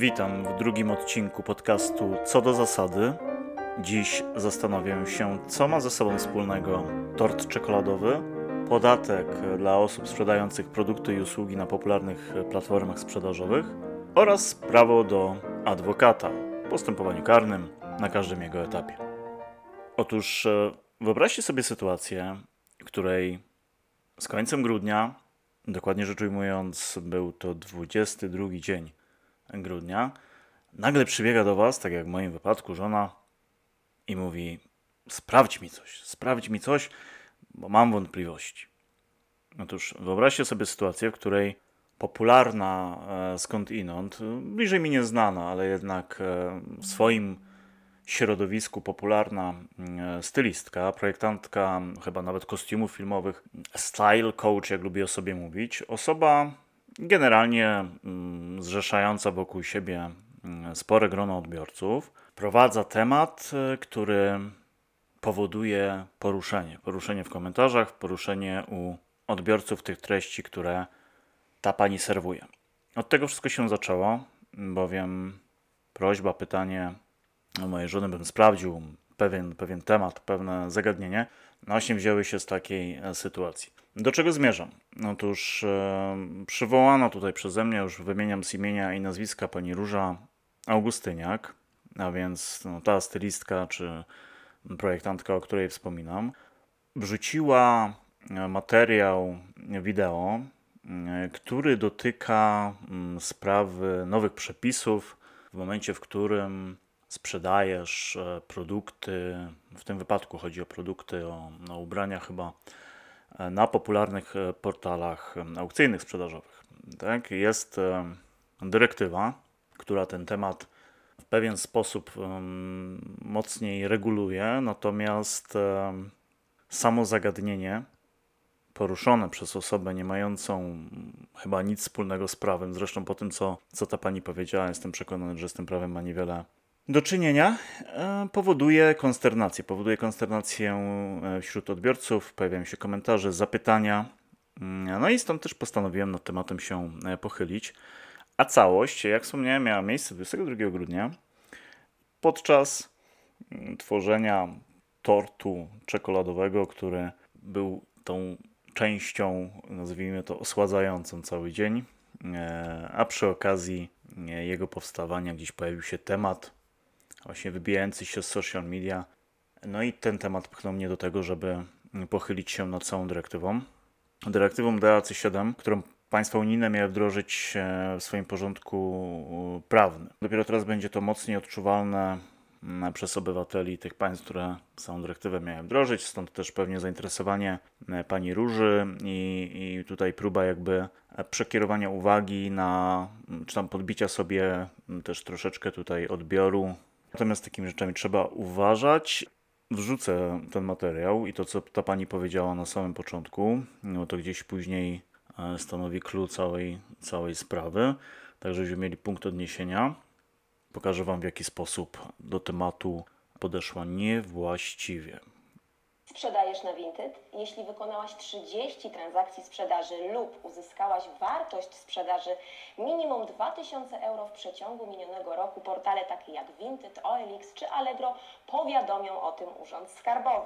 Witam w drugim odcinku podcastu Co do zasady. Dziś zastanawiam się, co ma ze sobą wspólnego tort czekoladowy, podatek dla osób sprzedających produkty i usługi na popularnych platformach sprzedażowych oraz prawo do adwokata w postępowaniu karnym na każdym jego etapie. Otóż wyobraźcie sobie sytuację, w której z końcem grudnia, dokładnie rzecz ujmując, był to 22 dzień grudnia, nagle przybiega do was, tak jak w moim wypadku, żona i mówi: sprawdź mi coś, bo mam wątpliwości. Otóż wyobraźcie sobie sytuację, w której popularna skądinąd, bliżej mi nieznana, ale jednak w swoim środowisku popularna stylistka, projektantka chyba nawet kostiumów filmowych, style coach, jak lubię o sobie mówić, osoba generalnie zrzeszająca wokół siebie spore grono odbiorców, prowadza temat, który powoduje poruszenie w komentarzach, poruszenie u odbiorców tych treści, które ta pani serwuje. Od tego wszystko się zaczęło, bowiem prośba, pytanie mojej żony, bym sprawdził pewien temat, pewne zagadnienie, właśnie wzięły się z takiej sytuacji. Do czego zmierzam? Otóż przywołano tutaj przeze mnie, już wymieniam z imienia i nazwiska, pani Róża Augustyniak, a więc ta stylistka czy projektantka, o której wspominam, wrzuciła materiał wideo, który dotyka sprawy nowych przepisów w momencie, w którym sprzedajesz produkty, w tym wypadku chodzi o produkty, o ubrania chyba, na popularnych portalach aukcyjnych sprzedażowych. Tak? Jest dyrektywa, która ten temat w pewien sposób mocniej reguluje, natomiast samo zagadnienie poruszone przez osobę nie mającą chyba nic wspólnego z prawem, zresztą po tym, co ta pani powiedziała, jestem przekonany, że z tym prawem ma niewiele do czynienia, powoduje konsternację wśród odbiorców, pojawiają się komentarze, zapytania, no i stąd też postanowiłem nad tematem się pochylić. A całość, jak wspomniałem, miała miejsce 22 grudnia podczas tworzenia tortu czekoladowego, który był tą częścią, nazwijmy to, osładzającą cały dzień, a przy okazji jego powstawania gdzieś pojawił się temat właśnie wybijający się z social media. No i ten temat pchnął mnie do tego, żeby pochylić się nad całą dyrektywą DAC7, którą państwa unijne miały wdrożyć w swoim porządku prawnym. Dopiero teraz będzie to mocniej odczuwalne przez obywateli tych państw, które samą dyrektywę miały wdrożyć, stąd też pewnie zainteresowanie pani Róży i tutaj próba jakby przekierowania uwagi na, czy tam podbicia sobie też troszeczkę tutaj odbioru. Natomiast takimi rzeczami trzeba uważać. Wrzucę ten materiał i to, co ta pani powiedziała na samym początku, no to gdzieś później stanowi clue całej sprawy, tak żebyśmy mieli punkt odniesienia. Pokażę wam, w jaki sposób do tematu podeszła niewłaściwie. Sprzedajesz na Vinted? Jeśli wykonałaś 30 transakcji sprzedaży lub uzyskałaś wartość sprzedaży minimum 2000 euro w przeciągu minionego roku, portale takie jak Vinted, OLX czy Allegro powiadomią o tym Urząd Skarbowy.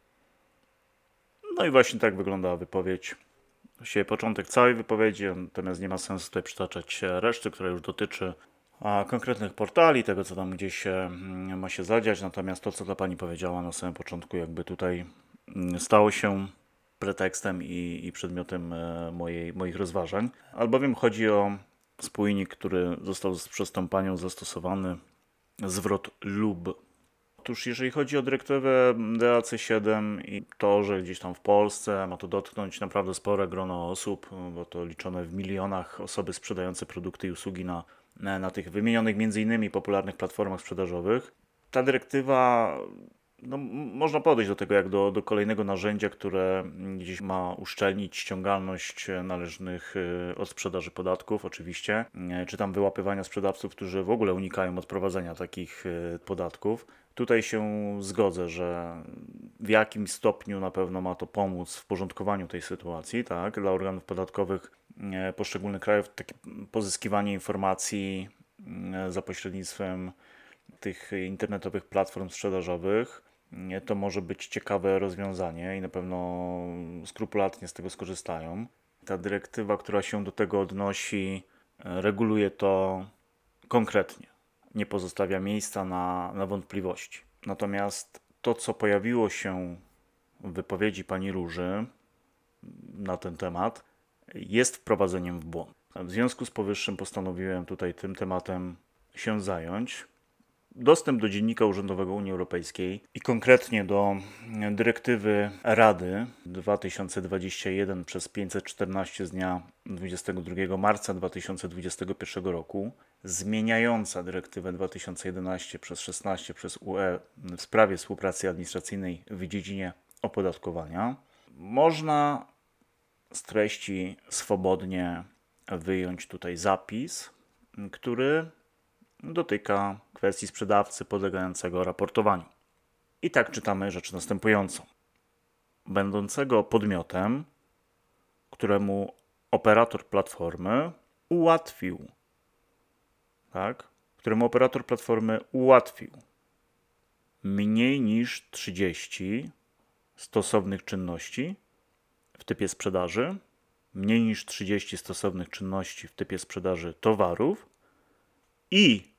No i właśnie tak wyglądała wypowiedź. Właściwie początek całej wypowiedzi, natomiast nie ma sensu tutaj przytaczać reszty, która już dotyczy konkretnych portali, tego co tam gdzieś ma się zadziać, natomiast to, co ta pani powiedziała na samym początku, jakby tutaj stało się pretekstem i przedmiotem moich rozważań, albowiem chodzi o spójnik, który został przez tą panią zastosowany, zwrot lub. Otóż jeżeli chodzi o dyrektywę DAC7 i to, że gdzieś tam w Polsce ma to dotknąć naprawdę spore grono osób, bo to liczone w milionach osoby sprzedające produkty i usługi na tych wymienionych między innymi popularnych platformach sprzedażowych, ta dyrektywa, no, można podejść do tego jak do kolejnego narzędzia, które gdzieś ma uszczelnić ściągalność należnych od sprzedaży podatków oczywiście, czy tam wyłapywania sprzedawców, którzy w ogóle unikają odprowadzenia takich podatków. Tutaj się zgodzę, że w jakimś stopniu na pewno ma to pomóc w porządkowaniu tej sytuacji, tak, dla organów podatkowych poszczególnych krajów, takie pozyskiwanie informacji za pośrednictwem tych internetowych platform sprzedażowych, to może być ciekawe rozwiązanie i na pewno skrupulatnie z tego skorzystają. Ta dyrektywa, która się do tego odnosi, reguluje to konkretnie. Nie pozostawia miejsca na wątpliwości. Natomiast to, co pojawiło się w wypowiedzi pani Róży na ten temat, jest wprowadzeniem w błąd. W związku z powyższym postanowiłem tutaj tym tematem się zająć. Dostęp do Dziennika Urzędowego Unii Europejskiej i konkretnie do dyrektywy Rady 2021/514 z dnia 22 marca 2021 roku, zmieniająca dyrektywę 2011/16 przez UE w sprawie współpracy administracyjnej w dziedzinie opodatkowania, można z treści swobodnie wyjąć tutaj zapis, który dotyka kwestii sprzedawcy podlegającego raportowaniu. I tak czytamy rzecz następującą. Będącego podmiotem, któremu operator platformy ułatwił mniej niż 30 stosownych czynności w typie sprzedaży, mniej niż 30 stosownych czynności w typie sprzedaży towarów i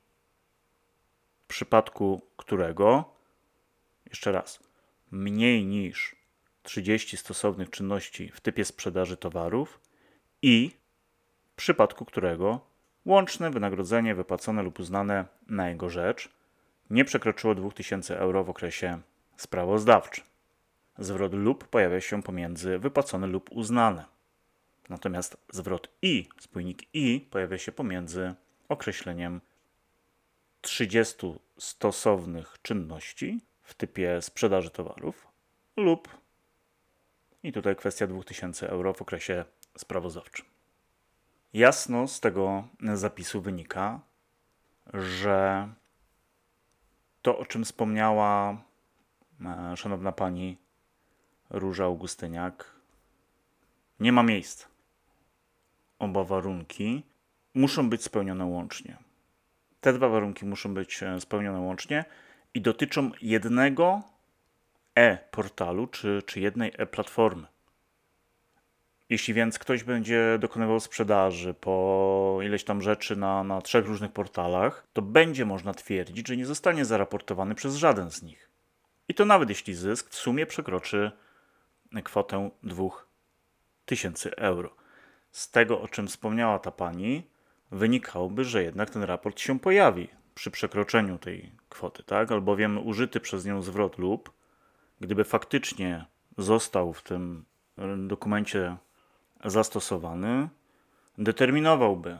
w przypadku którego, jeszcze raz, mniej niż 30 stosownych czynności w typie sprzedaży towarów i w przypadku którego łączne wynagrodzenie wypłacone lub uznane na jego rzecz nie przekroczyło 2000 euro w okresie sprawozdawczym. Zwrot lub pojawia się pomiędzy wypłacone lub uznane. Natomiast zwrot i, spójnik i pojawia się pomiędzy określeniem 30 stosownych czynności w typie sprzedaży towarów lub, i tutaj kwestia 2000 euro w okresie sprawozdawczym. Jasno z tego zapisu wynika, że to, o czym wspomniała szanowna pani Róża Augustyniak, nie ma miejsca. Oba warunki muszą być spełnione łącznie. Te dwa warunki muszą być spełnione łącznie i dotyczą jednego e-portalu czy jednej e-platformy. Jeśli więc ktoś będzie dokonywał sprzedaży po ileś tam rzeczy na 3 różnych portalach, to będzie można twierdzić, że nie zostanie zaraportowany przez żaden z nich. I to nawet jeśli zysk w sumie przekroczy kwotę 2000 euro. Z tego, o czym wspomniała ta pani, wynikałoby, że jednak ten raport się pojawi przy przekroczeniu tej kwoty, tak? Albowiem użyty przez nią zwrot lub, gdyby faktycznie został w tym dokumencie zastosowany, determinowałby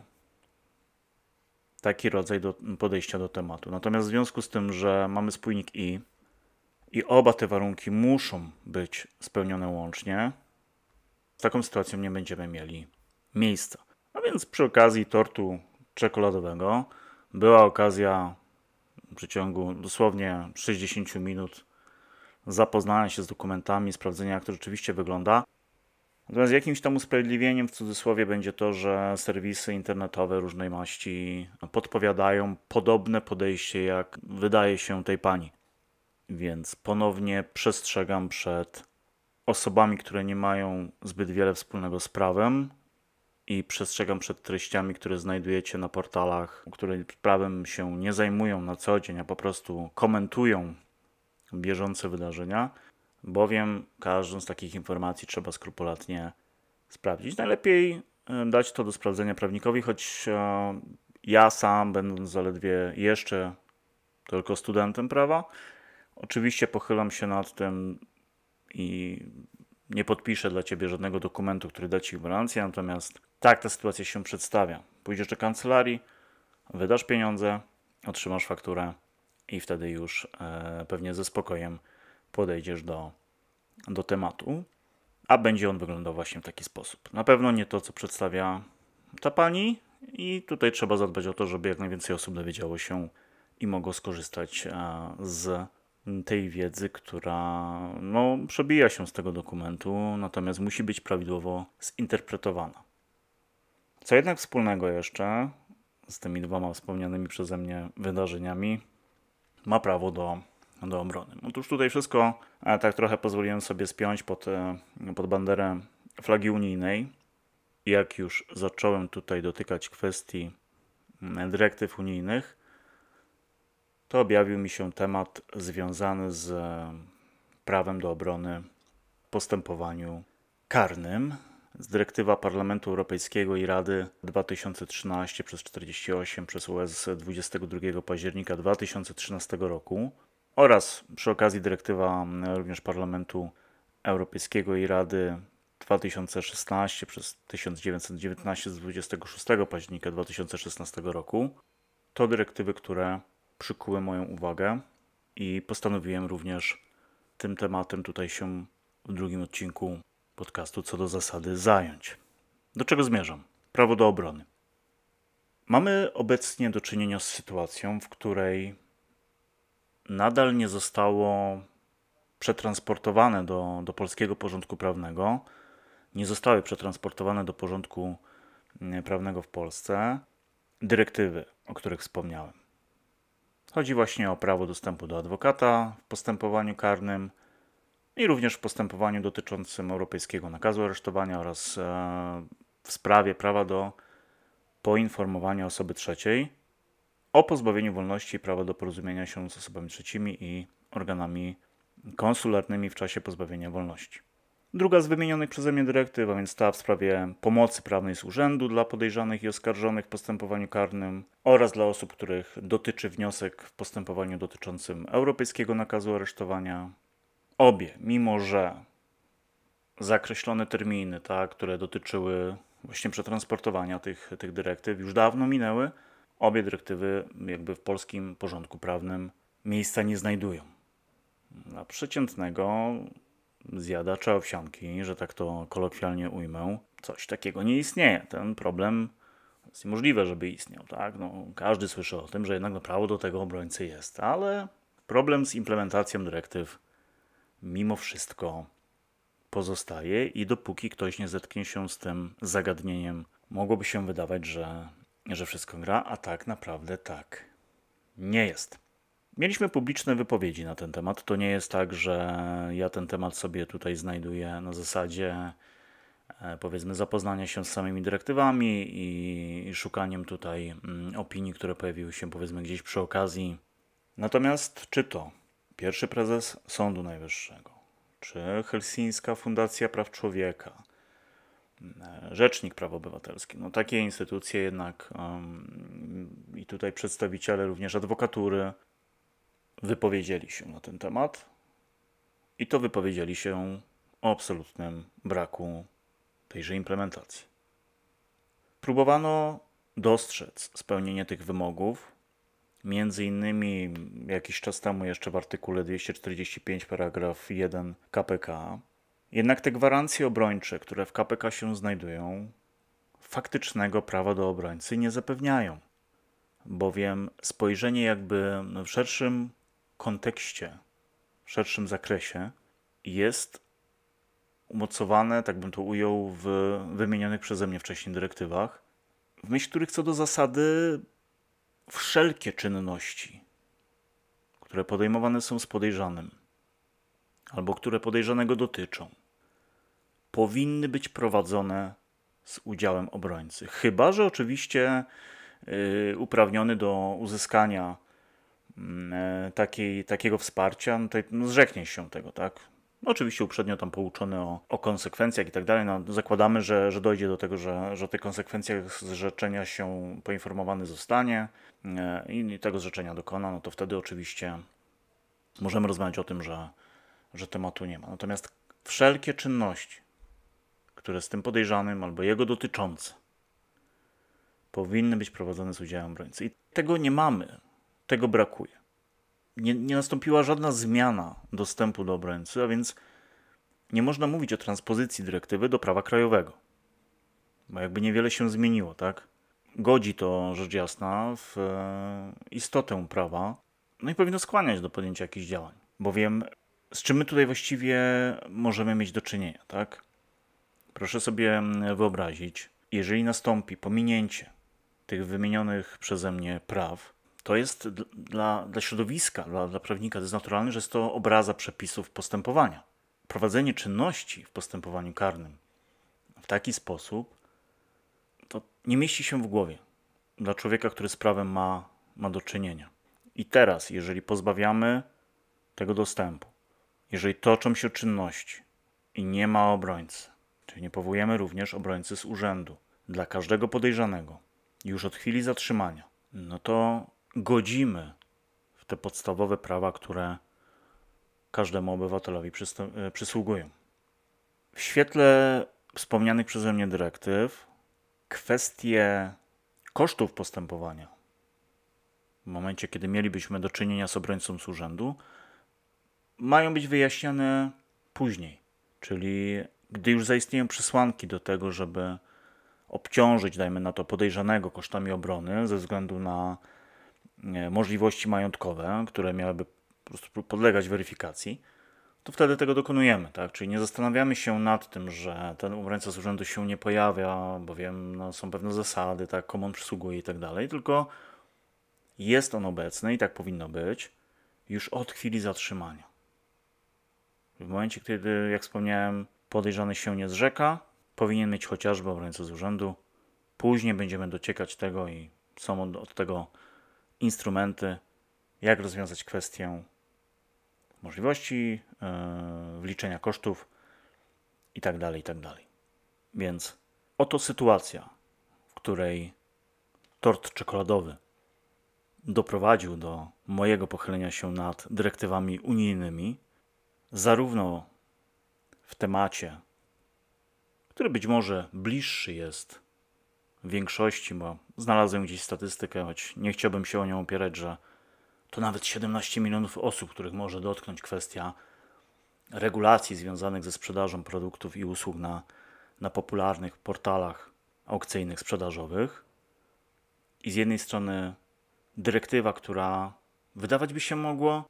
taki rodzaj podejścia do tematu. Natomiast w związku z tym, że mamy spójnik i oba te warunki muszą być spełnione łącznie, z taką sytuacją nie będziemy mieli miejsca. A więc przy okazji tortu czekoladowego była okazja w przeciągu dosłownie 60 minut zapoznania się z dokumentami, sprawdzenia, jak to rzeczywiście wygląda. Natomiast jakimś tam usprawiedliwieniem w cudzysłowie będzie to, że serwisy internetowe różnej maści podpowiadają podobne podejście, jak wydaje się tej pani. Więc ponownie przestrzegam przed osobami, które nie mają zbyt wiele wspólnego z prawem i przestrzegam przed treściami, które znajdujecie na portalach, które prawem się nie zajmują na co dzień, a po prostu komentują bieżące wydarzenia, bowiem każdą z takich informacji trzeba skrupulatnie sprawdzić. Najlepiej dać to do sprawdzenia prawnikowi, choć ja sam, będąc zaledwie jeszcze tylko studentem prawa, oczywiście pochylam się nad tym i nie podpiszę dla Ciebie żadnego dokumentu, który da Ci gwarancję, natomiast tak ta sytuacja się przedstawia. Pójdziesz do kancelarii, wydasz pieniądze, otrzymasz fakturę i wtedy już pewnie ze spokojem podejdziesz do tematu, a będzie on wyglądał właśnie w taki sposób. Na pewno nie to, co przedstawia ta pani i tutaj trzeba zadbać o to, żeby jak najwięcej osób dowiedziało się i mogło skorzystać z tej wiedzy, która przebija się z tego dokumentu, natomiast musi być prawidłowo zinterpretowana. Co jednak wspólnego jeszcze z tymi dwoma wspomnianymi przeze mnie wydarzeniami ma prawo do obrony. Otóż tutaj wszystko tak trochę pozwoliłem sobie spiąć pod banderę flagi unijnej. Jak już zacząłem tutaj dotykać kwestii dyrektyw unijnych, to objawił mi się temat związany z prawem do obrony w postępowaniu karnym. Z dyrektywa Parlamentu Europejskiego i Rady 2013/48 przez US z 22 października 2013 roku oraz przy okazji dyrektywa również Parlamentu Europejskiego i Rady 2016/1919 z 26 października 2016 roku. To dyrektywy, które przykuły moją uwagę i postanowiłem również tym tematem tutaj się w drugim odcinku podcastu co do zasady zająć. Do czego zmierzam? Prawo do obrony. Mamy obecnie do czynienia z sytuacją, w której nadal nie zostało przetransportowane do polskiego porządku prawnego, nie zostały przetransportowane do porządku prawnego w Polsce dyrektywy, o których wspomniałem. Chodzi właśnie o prawo dostępu do adwokata w postępowaniu karnym i również w postępowaniu dotyczącym europejskiego nakazu aresztowania oraz w sprawie prawa do poinformowania osoby trzeciej o pozbawieniu wolności i prawa do porozumienia się z osobami trzecimi i organami konsularnymi w czasie pozbawienia wolności. Druga z wymienionych przeze mnie dyrektyw, a więc ta w sprawie pomocy prawnej z urzędu dla podejrzanych i oskarżonych w postępowaniu karnym oraz dla osób, których dotyczy wniosek w postępowaniu dotyczącym europejskiego nakazu aresztowania. Obie, mimo że zakreślone terminy, które dotyczyły właśnie przetransportowania tych dyrektyw, już dawno minęły, obie dyrektywy jakby w polskim porządku prawnym miejsca nie znajdują. Dla przeciętnego zjadacza owsianki, że tak to kolokwialnie ujmę, coś takiego nie istnieje. Ten problem jest niemożliwe, żeby istniał. Tak? Każdy słyszy o tym, że jednak prawo do tego obrońcy jest, ale problem z implementacją dyrektyw mimo wszystko pozostaje i dopóki ktoś nie zetknie się z tym zagadnieniem, mogłoby się wydawać, że wszystko gra, a tak naprawdę tak nie jest. Mieliśmy publiczne wypowiedzi na ten temat. To nie jest tak, że ja ten temat sobie tutaj znajduję na zasadzie powiedzmy zapoznania się z samymi dyrektywami i szukaniem tutaj opinii, które pojawiły się powiedzmy gdzieś przy okazji. Natomiast czy to pierwszy prezes Sądu Najwyższego, czy Helsińska Fundacja Praw Człowieka, Rzecznik Praw Obywatelskich, takie instytucje jednak i tutaj przedstawiciele również adwokatury wypowiedzieli się na ten temat i to wypowiedzieli się o absolutnym braku tejże implementacji. Próbowano dostrzec spełnienie tych wymogów, między innymi jakiś czas temu jeszcze w artykule 245 paragraf 1 KPK. Jednak te gwarancje obrończe, które w KPK się znajdują, faktycznego prawa do obrońcy nie zapewniają, bowiem spojrzenie jakby w szerszym kontekście, w szerszym zakresie jest umocowane, tak bym to ujął, w wymienionych przeze mnie wcześniej dyrektywach, w myśl których co do zasady wszelkie czynności, które podejmowane są z podejrzanym albo które podejrzanego dotyczą, powinny być prowadzone z udziałem obrońcy. Chyba że oczywiście uprawniony do uzyskania takiego wsparcia, zrzeknie się tego, tak? Oczywiście uprzednio tam pouczony o konsekwencjach i tak dalej. Zakładamy, że dojdzie do tego, że o tych konsekwencjach zrzeczenia się poinformowany zostanie i tego zrzeczenia dokona, to wtedy oczywiście możemy rozmawiać o tym, że tematu nie ma. Natomiast wszelkie czynności, które z tym podejrzanym albo jego dotyczące powinny być prowadzone z udziałem obrońcy. I tego nie mamy. Tego brakuje. Nie nastąpiła żadna zmiana dostępu do obrońcy, a więc nie można mówić o transpozycji dyrektywy do prawa krajowego. Bo jakby niewiele się zmieniło, tak? Godzi to, rzecz jasna, w istotę prawa, i powinno skłaniać do podjęcia jakichś działań. Bowiem z czym my tutaj właściwie możemy mieć do czynienia, tak? Proszę sobie wyobrazić, jeżeli nastąpi pominięcie tych wymienionych przeze mnie praw, to jest dla środowiska, dla prawnika, to jest naturalne, że jest to obraza przepisów postępowania. Prowadzenie czynności w postępowaniu karnym w taki sposób to nie mieści się w głowie dla człowieka, który z prawem ma do czynienia. I teraz, jeżeli pozbawiamy tego dostępu, jeżeli toczą się czynności i nie ma obrońcy, czyli nie powołujemy również obrońcy z urzędu dla każdego podejrzanego już od chwili zatrzymania, no to godzimy w te podstawowe prawa, które każdemu obywatelowi przysługują. W świetle wspomnianych przeze mnie dyrektyw kwestie kosztów postępowania w momencie, kiedy mielibyśmy do czynienia z obrońcą z urzędu, mają być wyjaśniane później. Czyli gdy już zaistnieją przesłanki do tego, żeby obciążyć, dajmy na to, podejrzanego kosztami obrony ze względu na możliwości majątkowe, które miałyby po prostu podlegać weryfikacji, to wtedy tego dokonujemy, tak? Czyli nie zastanawiamy się nad tym, że ten obrońca z urzędu się nie pojawia, bowiem są pewne zasady, tak, komu on przysługuje i tak dalej, tylko jest on obecny i tak powinno być już od chwili zatrzymania. W momencie, kiedy, jak wspomniałem, podejrzany się nie zrzeka, powinien mieć chociażby obrońcę z urzędu. Później będziemy dociekać tego i są od tego instrumenty, jak rozwiązać kwestię możliwości, wliczenia kosztów itd., itd. Więc oto sytuacja, w której tort czekoladowy doprowadził do mojego pochylenia się nad dyrektywami unijnymi, zarówno w temacie, który być może bliższy jest w większości, bo znalazłem gdzieś statystykę, choć nie chciałbym się o nią opierać, że to nawet 17 milionów osób, których może dotknąć kwestia regulacji związanych ze sprzedażą produktów i usług na popularnych portalach aukcyjnych, sprzedażowych. I z jednej strony dyrektywa, która wydawać by się mogło,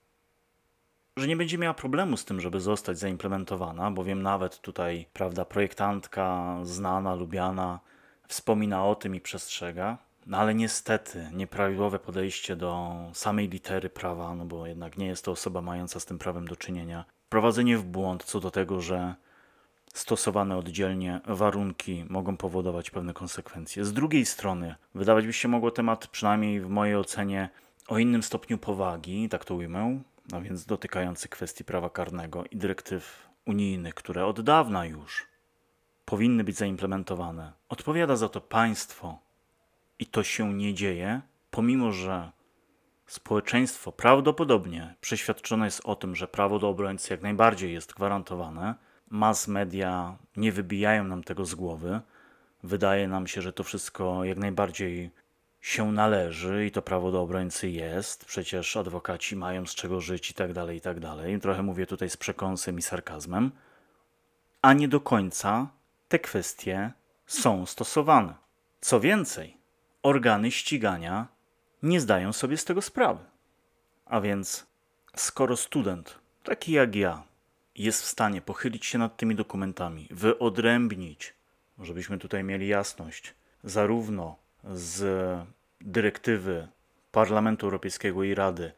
że nie będzie miała problemu z tym, żeby zostać zaimplementowana, bowiem nawet tutaj, prawda, projektantka znana, lubiana wspomina o tym i przestrzega, no ale niestety nieprawidłowe podejście do samej litery prawa, no bo jednak nie jest to osoba mająca z tym prawem do czynienia, prowadzenie w błąd co do tego, że stosowane oddzielnie warunki mogą powodować pewne konsekwencje. Z drugiej strony, wydawać by się mogło temat, przynajmniej w mojej ocenie, o innym stopniu powagi, tak to ujmę, a więc dotykający kwestii prawa karnego i dyrektyw unijnych, które od dawna już powinny być zaimplementowane. Odpowiada za to państwo i to się nie dzieje, pomimo że społeczeństwo prawdopodobnie przeświadczone jest o tym, że prawo do obrońcy jak najbardziej jest gwarantowane. Mass media nie wybijają nam tego z głowy. Wydaje nam się, że to wszystko jak najbardziej się należy i to prawo do obrońcy jest. Przecież adwokaci mają z czego żyć i tak dalej, i tak dalej. Trochę mówię tutaj z przekąsem i sarkazmem. A nie do końca te kwestie są stosowane. Co więcej, organy ścigania nie zdają sobie z tego sprawy. A więc skoro student, taki jak ja, jest w stanie pochylić się nad tymi dokumentami, wyodrębnić, żebyśmy tutaj mieli jasność, zarówno z dyrektywy Parlamentu Europejskiego i Rady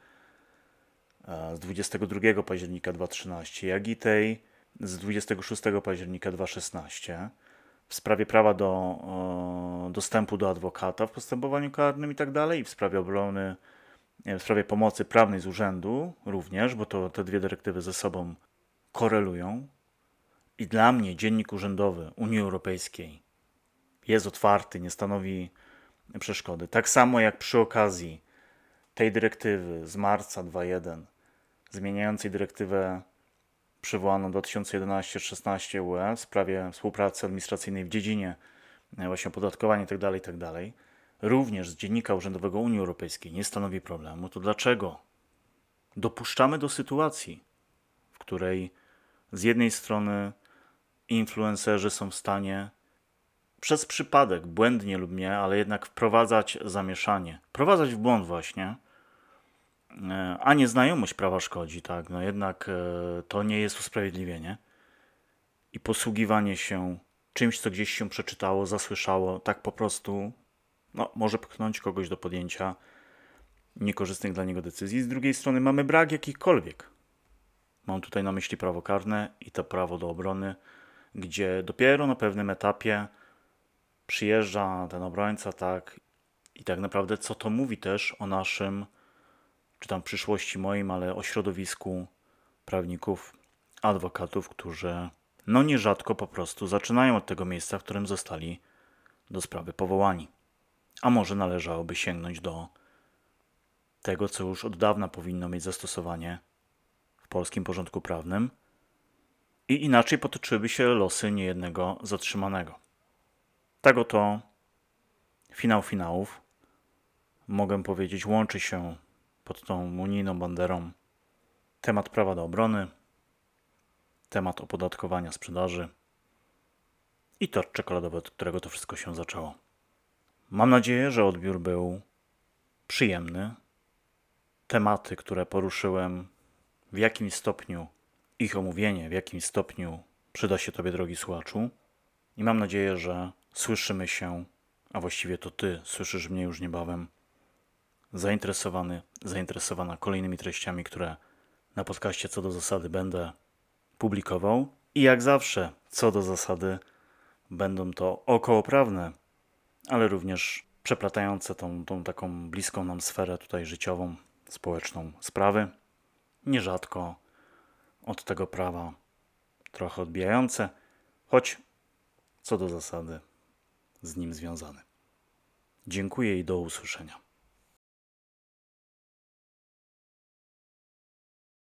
z 22 października 2013, jak i tej z 26 października 2016 w sprawie prawa do dostępu do adwokata w postępowaniu karnym i tak dalej, w sprawie obrony, w sprawie pomocy prawnej z urzędu również, bo to te dwie dyrektywy ze sobą korelują. I dla mnie dziennik urzędowy Unii Europejskiej jest otwarty, nie stanowi przeszkody. Tak samo jak przy okazji tej dyrektywy z marca 2.1 zmieniającej dyrektywę przywołaną 2011-16 UE w sprawie współpracy administracyjnej w dziedzinie właśnie opodatkowania itd., również z dziennika urzędowego Unii Europejskiej nie stanowi problemu, to dlaczego dopuszczamy do sytuacji, w której z jednej strony influencerzy są w stanie przez przypadek, błędnie lub nie, ale jednak wprowadzać zamieszanie, wprowadzać w błąd właśnie, a nieznajomość prawa szkodzi, tak, no jednak to nie jest usprawiedliwienie i posługiwanie się czymś, co gdzieś się przeczytało, zasłyszało, tak po prostu może pchnąć kogoś do podjęcia niekorzystnych dla niego decyzji. Z drugiej strony mamy brak jakichkolwiek. Mam tutaj na myśli prawo karne i to prawo do obrony, gdzie dopiero na pewnym etapie przyjeżdża ten obrońca, tak, i tak naprawdę co to mówi też o naszym, czy tam w przyszłości moim, ale o środowisku prawników, adwokatów, którzy nierzadko po prostu zaczynają od tego miejsca, w którym zostali do sprawy powołani. A może należałoby sięgnąć do tego, co już od dawna powinno mieć zastosowanie w polskim porządku prawnym i inaczej potoczyłyby się losy niejednego zatrzymanego. Tak oto finał finałów, mogę powiedzieć, łączy się pod tą unijną banderą temat prawa do obrony, temat opodatkowania sprzedaży i tort czekoladowy, od którego to wszystko się zaczęło. Mam nadzieję, że odbiór był przyjemny. Tematy, które poruszyłem, w jakim stopniu ich omówienie, w jakim stopniu przyda się Tobie, drogi słuchaczu. I mam nadzieję, że słyszymy się, a właściwie to Ty słyszysz mnie już niebawem, zainteresowana kolejnymi treściami, które na podcaście Co do zasady będę publikował. I jak zawsze, co do zasady, będą to okołoprawne, ale również przeplatające tą taką bliską nam sferę tutaj życiową, społeczną sprawy. Nierzadko od tego prawa trochę odbijające, choć co do zasady z nim związane. Dziękuję i do usłyszenia.